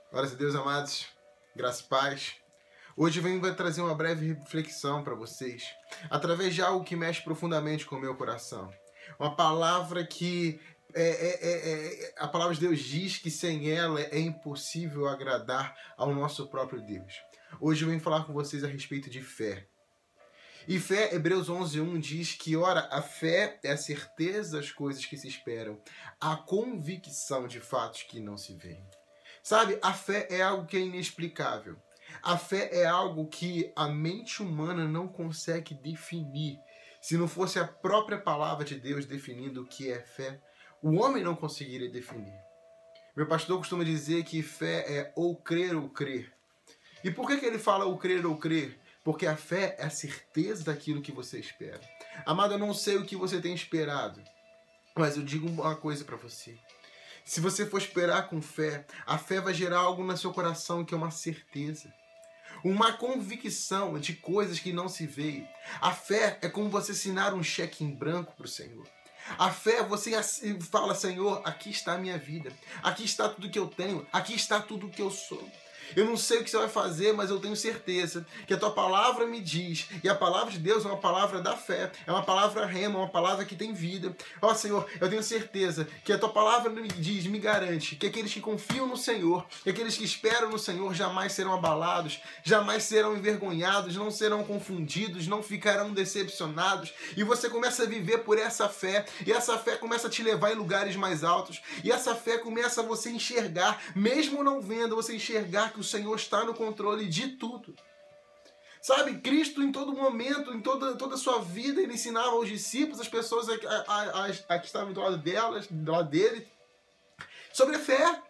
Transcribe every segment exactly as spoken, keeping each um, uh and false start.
Glórias a Deus, amados. Graça e paz. Hoje eu venho trazer uma breve reflexão para vocês, através de algo que mexe profundamente com o meu coração. Uma palavra que é, é, é, é, a palavra de Deus diz que sem ela é impossível agradar ao nosso próprio Deus. Hoje eu venho falar com vocês a respeito de fé. E fé, Hebreus onze, um diz que, ora, a fé é a certeza das coisas que se esperam, a convicção de fatos que não se veem. Sabe, a fé é algo que é inexplicável. A fé é algo que a mente humana não consegue definir. Se não fosse a própria palavra de Deus definindo o que é fé, o homem não conseguiria definir. Meu pastor costuma dizer que fé é ou crer ou crer. E por que que ele fala ou crer ou crer? Porque a fé é a certeza daquilo que você espera. Amado, eu não sei o que você tem esperado, mas eu digo uma coisa para você. Se você for esperar com fé, a fé vai gerar algo no seu coração que é uma certeza. Uma convicção de coisas que não se veem. A fé é como você assinar um cheque em branco para o Senhor. A fé é você fala, Senhor, aqui está a minha vida. Aqui está tudo que eu tenho. Aqui está tudo que eu sou. Eu não sei o que você vai fazer, mas eu tenho certeza que a tua palavra me diz, e a palavra de Deus é uma palavra da fé, é uma palavra rema, uma palavra que tem vida. Ó Senhor, eu tenho certeza que a tua palavra me diz, me garante, que aqueles que confiam no Senhor, que aqueles que esperam no Senhor jamais serão abalados, jamais serão envergonhados, não serão confundidos, não ficarão decepcionados. E você começa a viver por essa fé, e essa fé começa a te levar em lugares mais altos, e essa fé começa a você enxergar, mesmo não vendo, você enxergar que o Senhor está no controle de tudo. Sabe, Cristo em todo momento, em toda, toda a sua vida, ele ensinava aos discípulos, as pessoas a, a, a, a que estavam do lado delas, do lado dele, sobre a fé.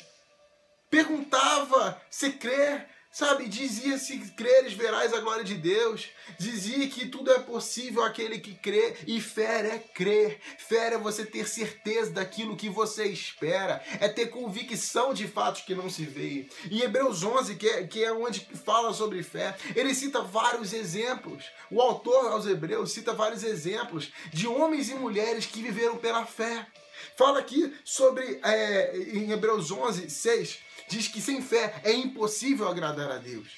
Perguntava se crer, sabe, dizia se creres verás a glória de Deus, dizia que tudo é possível àquele que crê, e fé é crer, fé é você ter certeza daquilo que você espera, é ter convicção de fatos que não se veem. Em Hebreus onze, que é, que é onde fala sobre fé, ele cita vários exemplos, o autor aos Hebreus cita vários exemplos de homens e mulheres que viveram pela fé. Fala aqui sobre, é, em Hebreus onze, seis, diz que sem fé é impossível agradar a Deus.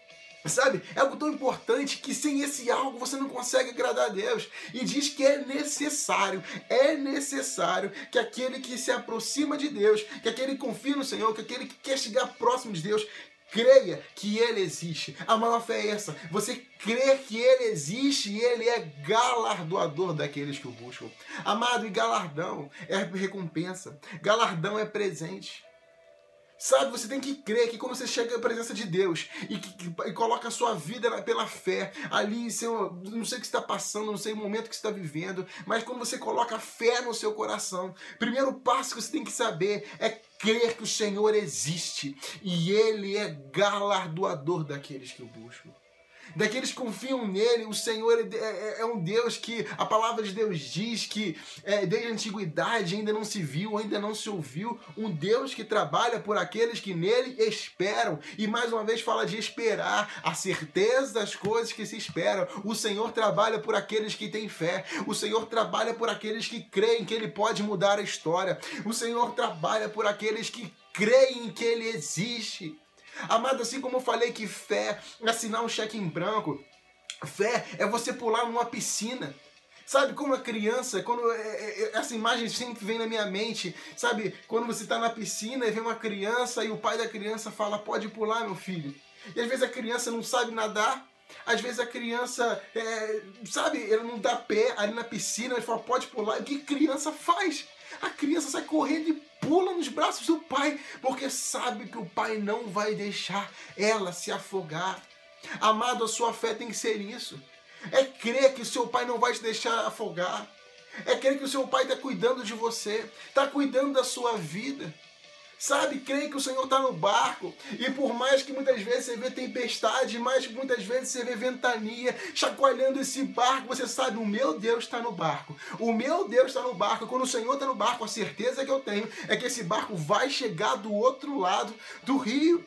Sabe, é algo tão importante que sem esse algo você não consegue agradar a Deus. E diz que é necessário, é necessário que aquele que se aproxima de Deus, que aquele que confia no Senhor, que aquele que quer chegar próximo de Deus, creia que Ele existe. A maior fé é essa. Você crê que Ele existe e Ele é galardoador daqueles que o buscam. Amado, e galardão é recompensa. Galardão é presente. Sabe, você tem que crer que quando você chega à presença de Deus e, que, que, e coloca a sua vida pela fé, ali, seu, não sei o que você está passando, não sei o momento que você está vivendo, mas quando você coloca fé no seu coração, o primeiro passo que você tem que saber é crer que o Senhor existe e Ele é galardoador daqueles que o buscam. Daqueles que confiam nele, o Senhor é, é, é um Deus que a palavra de Deus diz que é, desde a antiguidade ainda não se viu, ainda não se ouviu, um Deus que trabalha por aqueles que nele esperam. E mais uma vez fala de esperar, a certeza das coisas que se esperam. O Senhor trabalha por aqueles que têm fé, o Senhor trabalha por aqueles que creem que Ele pode mudar a história, o Senhor trabalha por aqueles que creem que Ele existe. Amado, assim como eu falei que fé é assinar um cheque em branco, fé é você pular numa piscina. Sabe, como a criança, quando essa imagem sempre vem na minha mente, sabe, quando você está na piscina e vem uma criança e o pai da criança fala, pode pular, meu filho. E às vezes a criança não sabe nadar, às vezes a criança, é, sabe, ela não dá pé ali na piscina e fala, pode pular. E o que a criança faz? A criança sai correndo e pula nos braços do pai, porque sabe que o pai não vai deixar ela se afogar. Amado, a sua fé tem que ser isso. É crer que o seu pai não vai te deixar afogar. É crer que o seu pai está cuidando de você, está cuidando da sua vida. Sabe, creia que o Senhor está no barco, e por mais que muitas vezes você vê tempestade, mais que muitas vezes você vê ventania chacoalhando esse barco, você sabe, o meu Deus está no barco, o meu Deus está no barco. Quando o Senhor está no barco, a certeza que eu tenho é que esse barco vai chegar do outro lado do rio.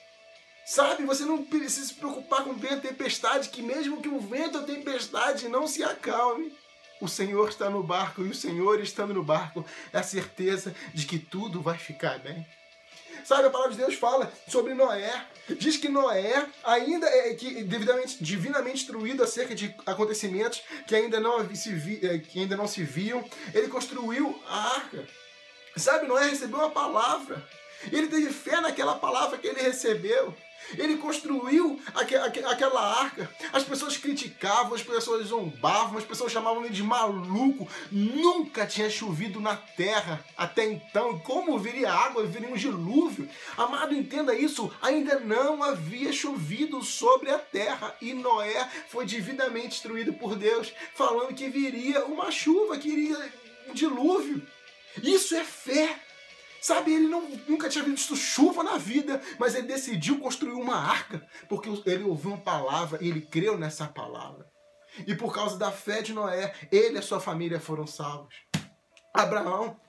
Sabe, você não precisa se preocupar com vento e tempestade, que mesmo que o vento ou a tempestade não se acalme, o Senhor está no barco, e o Senhor estando no barco é a certeza de que tudo vai ficar bem. Sabe, a palavra de Deus fala sobre Noé. Diz que Noé, ainda é que devidamente, divinamente instruído acerca de acontecimentos que ainda não se, vi, que ainda não se viam, ele construiu a arca. Sabe, Noé recebeu uma palavra. Ele teve fé naquela palavra que ele recebeu. Ele construiu aqu aqu aquela arca. As pessoas criticavam, as pessoas zombavam, as pessoas chamavam ele de maluco. Nunca tinha chovido na terra até então. Como viria água? Viria um dilúvio. Amado, entenda isso. Ainda não havia chovido sobre a terra. E Noé foi divinamente instruído por Deus, falando que viria uma chuva, que iria um dilúvio. Isso é fé. Sabe, ele não, nunca tinha visto chuva na vida, mas ele decidiu construir uma arca, porque ele ouviu uma palavra e ele creu nessa palavra. E por causa da fé de Noé, ele e a sua família foram salvos. Abraão,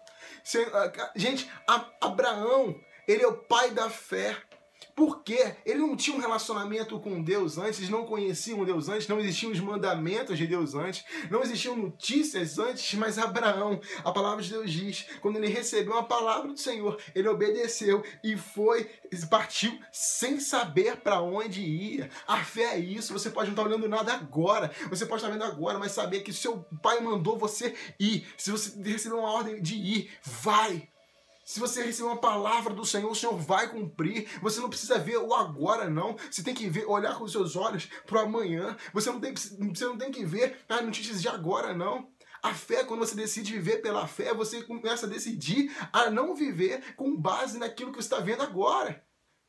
gente, Abraão, ele é o pai da fé. Por quê? Ele não tinha um relacionamento com Deus antes, eles não conheciam Deus antes, não existiam os mandamentos de Deus antes, não existiam notícias antes, mas Abraão, a palavra de Deus diz, quando ele recebeu a palavra do Senhor, ele obedeceu e foi, partiu sem saber para onde ia. A fé é isso, você pode não estar olhando nada agora, você pode estar vendo agora, mas saber que seu pai mandou você ir, se você recebeu uma ordem de ir, vai. Se você receber uma palavra do Senhor, o Senhor vai cumprir. Você não precisa ver o agora, não. Você tem que ver, olhar com os seus olhos para o amanhã. Você não tem, você não tem que ver as notícias de agora, não. A fé, quando você decide viver pela fé, você começa a decidir a não viver com base naquilo que você está vendo agora.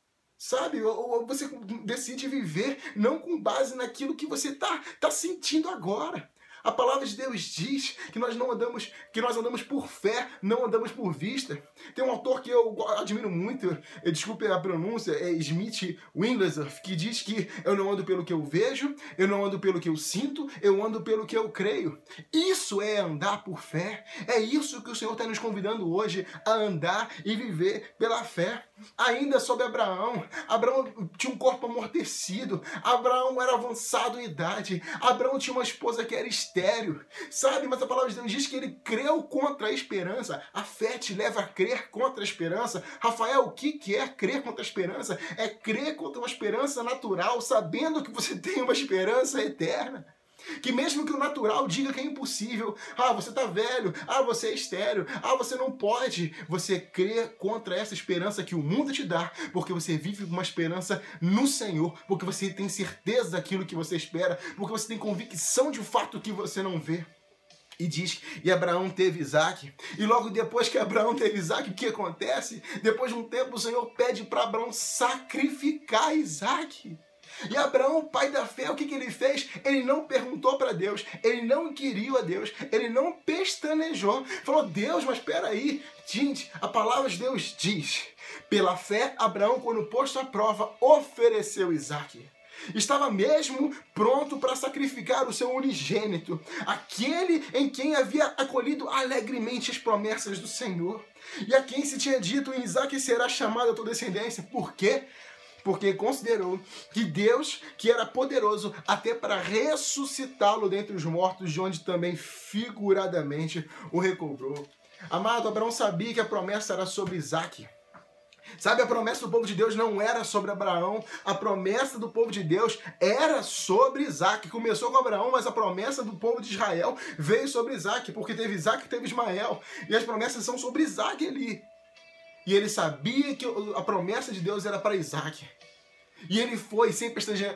Sabe? Ou você decide viver não com base naquilo que você está tá sentindo agora. A palavra de Deus diz que nós não andamos, que nós andamos por fé, não andamos por vista. Tem um autor que eu admiro muito, desculpe a pronúncia, é Smith Wigglesworth, que diz que eu não ando pelo que eu vejo, eu não ando pelo que eu sinto, eu ando pelo que eu creio. Isso é andar por fé. É isso que o Senhor está nos convidando hoje, a andar e viver pela fé. Ainda sobre Abraão, Abraão tinha um corpo amortecido, Abraão era avançado em idade, Abraão tinha uma esposa que era estéril, sabe? Mas a palavra de Deus diz que ele creu contra a esperança. A fé te leva a crer contra a esperança. Rafael, o que é crer contra a esperança? É crer contra uma esperança natural, sabendo que você tem uma esperança eterna. Que mesmo que o natural diga que é impossível, ah, você tá velho, ah, você é estéril, ah, você não pode, você crê contra essa esperança que o mundo te dá, porque você vive uma esperança no Senhor, porque você tem certeza daquilo que você espera, porque você tem convicção de fato que você não vê. E diz, e Abraão teve Isaac, e logo depois que Abraão teve Isaac, o que acontece? Depois de um tempo o Senhor pede para Abraão sacrificar Isaac. E Abraão, pai da fé, o que, que ele fez? Ele não perguntou para Deus, ele não inquiriu a Deus, ele não pestanejou. Falou, Deus, mas espera aí. Gente, a palavra de Deus diz, pela fé, Abraão, quando posto à prova, ofereceu Isaac. Estava mesmo pronto para sacrificar o seu unigênito, aquele em quem havia acolhido alegremente as promessas do Senhor, e a quem se tinha dito, em Isaac será chamada a tua descendência. Por quê? Porque considerou que Deus, que era poderoso até para ressuscitá-lo dentre os mortos, de onde também figuradamente o recobrou. Amado, Abraão sabia que a promessa era sobre Isaac. Sabe, a promessa do povo de Deus não era sobre Abraão, a promessa do povo de Deus era sobre Isaac. Começou com Abraão, mas a promessa do povo de Israel veio sobre Isaac, porque teve Isaac e teve Ismael, e as promessas são sobre Isaac ali. E ele sabia que a promessa de Deus era para Isaac. E ele foi sem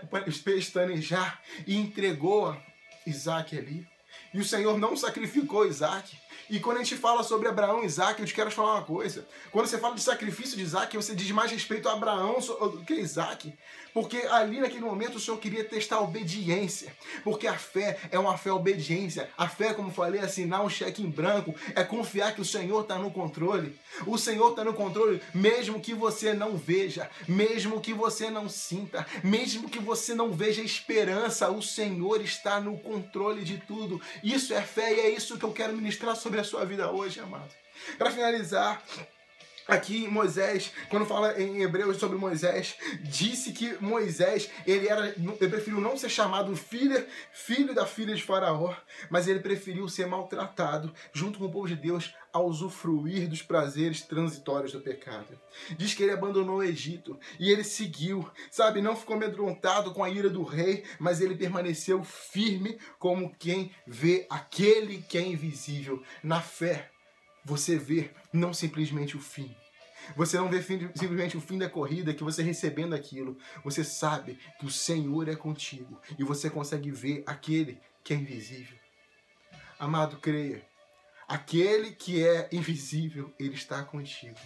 pestanejar e entregou Isaac ali. E o Senhor não sacrificou Isaac. E quando a gente fala sobre Abraão e Isaac, eu te quero te falar uma coisa. Quando você fala de sacrifício de Isaac, você diz mais respeito a Abraão do que a Isaac. Porque ali naquele momento o Senhor queria testar a obediência. Porque a fé é uma fé obediência. A fé, como falei, é assinar um cheque em branco. É confiar que o Senhor está no controle. O Senhor está no controle mesmo que você não veja. Mesmo que você não sinta. Mesmo que você não veja esperança. O Senhor está no controle de tudo. Isso é fé e é isso que eu quero ministrar sobre a sua vida hoje, amado. Para finalizar, Aqui Moisés, quando fala em Hebreus sobre Moisés, disse que Moisés, ele, era, ele preferiu não ser chamado filho, filho da filha de Faraó, mas ele preferiu ser maltratado junto com o povo de Deus a usufruir dos prazeres transitórios do pecado. Diz que ele abandonou o Egito e ele seguiu, sabe, não ficou amedrontado com a ira do rei, mas ele permaneceu firme como quem vê aquele que é invisível. Na fé, você vê não simplesmente o fim. Você não vê simplesmente o fim da corrida, que você recebendo aquilo. Você sabe que o Senhor é contigo e você consegue ver aquele que é invisível. Amado, creia. Aquele que é invisível, ele está contigo.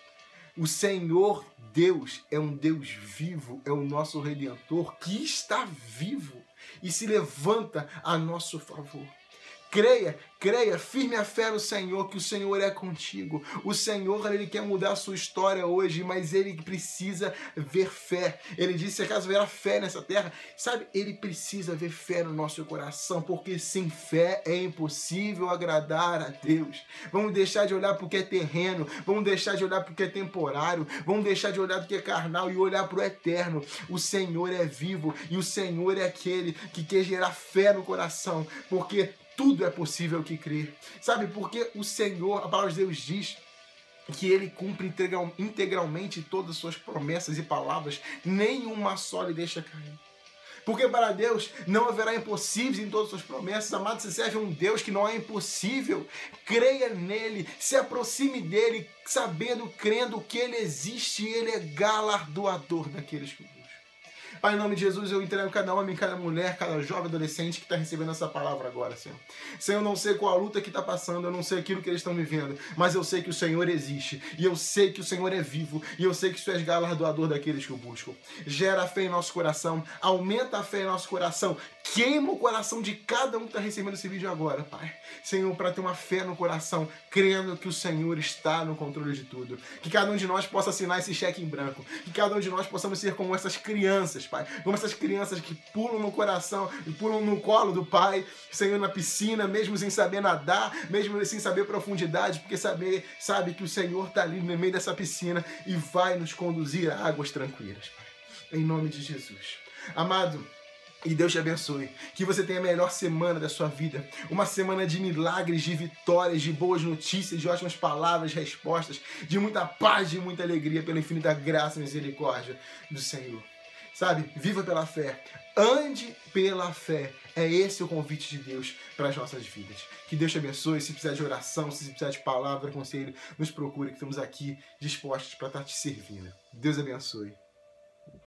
O Senhor Deus é um Deus vivo, é o nosso Redentor que está vivo e se levanta a nosso favor. Creia, creia, firme a fé no Senhor, que o Senhor é contigo. O Senhor, ele quer mudar a sua história hoje, mas ele precisa ver fé. Ele disse, se acaso haverá fé nessa terra, sabe, ele precisa ver fé no nosso coração, porque sem fé é impossível agradar a Deus. Vamos deixar de olhar para o que é terreno, vamos deixar de olhar para o que é temporário, vamos deixar de olhar para o que é carnal e olhar para o eterno. O Senhor é vivo e o Senhor é aquele que quer gerar fé no coração, porque tudo é possível que crer. Sabe, porque o Senhor, a palavra de Deus diz que ele cumpre integral, integralmente todas as suas promessas e palavras, nenhuma só lhe deixa cair. Porque para Deus não haverá impossíveis em todas as suas promessas. Amado, você serve um Deus que não é impossível. Creia nele, se aproxime dele, sabendo, crendo que ele existe e ele é galardoador daqueles que o buscam. Pai, em nome de Jesus, eu entrego cada homem, cada mulher, cada jovem, adolescente que está recebendo essa palavra agora, Senhor. Senhor, eu não sei qual a luta que está passando, eu não sei aquilo que eles estão vivendo, mas eu sei que o Senhor existe, e eu sei que o Senhor é vivo, e eu sei que tu és galardoador daqueles que o buscam. Gera a fé em nosso coração, aumenta a fé em nosso coração, queima o coração de cada um que está recebendo esse vídeo agora, Pai. Senhor, para ter uma fé no coração, crendo que o Senhor está no controle de tudo. Que cada um de nós possa assinar esse cheque em branco, que cada um de nós possamos ser como essas crianças, Pai, como essas crianças que pulam no coração e pulam no colo do Pai, Senhor, na piscina, mesmo sem saber nadar, mesmo sem saber profundidade, porque saber, sabe que o Senhor está ali no meio dessa piscina e vai nos conduzir a águas tranquilas, Pai. Em nome de Jesus. Amado, e Deus te abençoe, que você tenha a melhor semana da sua vida, uma semana de milagres, de vitórias, de boas notícias, de ótimas palavras, respostas, de muita paz, de muita alegria, pela infinita graça e misericórdia do Senhor. Sabe, viva pela fé, ande pela fé, é esse o convite de Deus para as nossas vidas. Que Deus te abençoe, se precisar de oração, se precisar de palavra, conselho, nos procure, que estamos aqui dispostos para estar te servindo. Deus abençoe.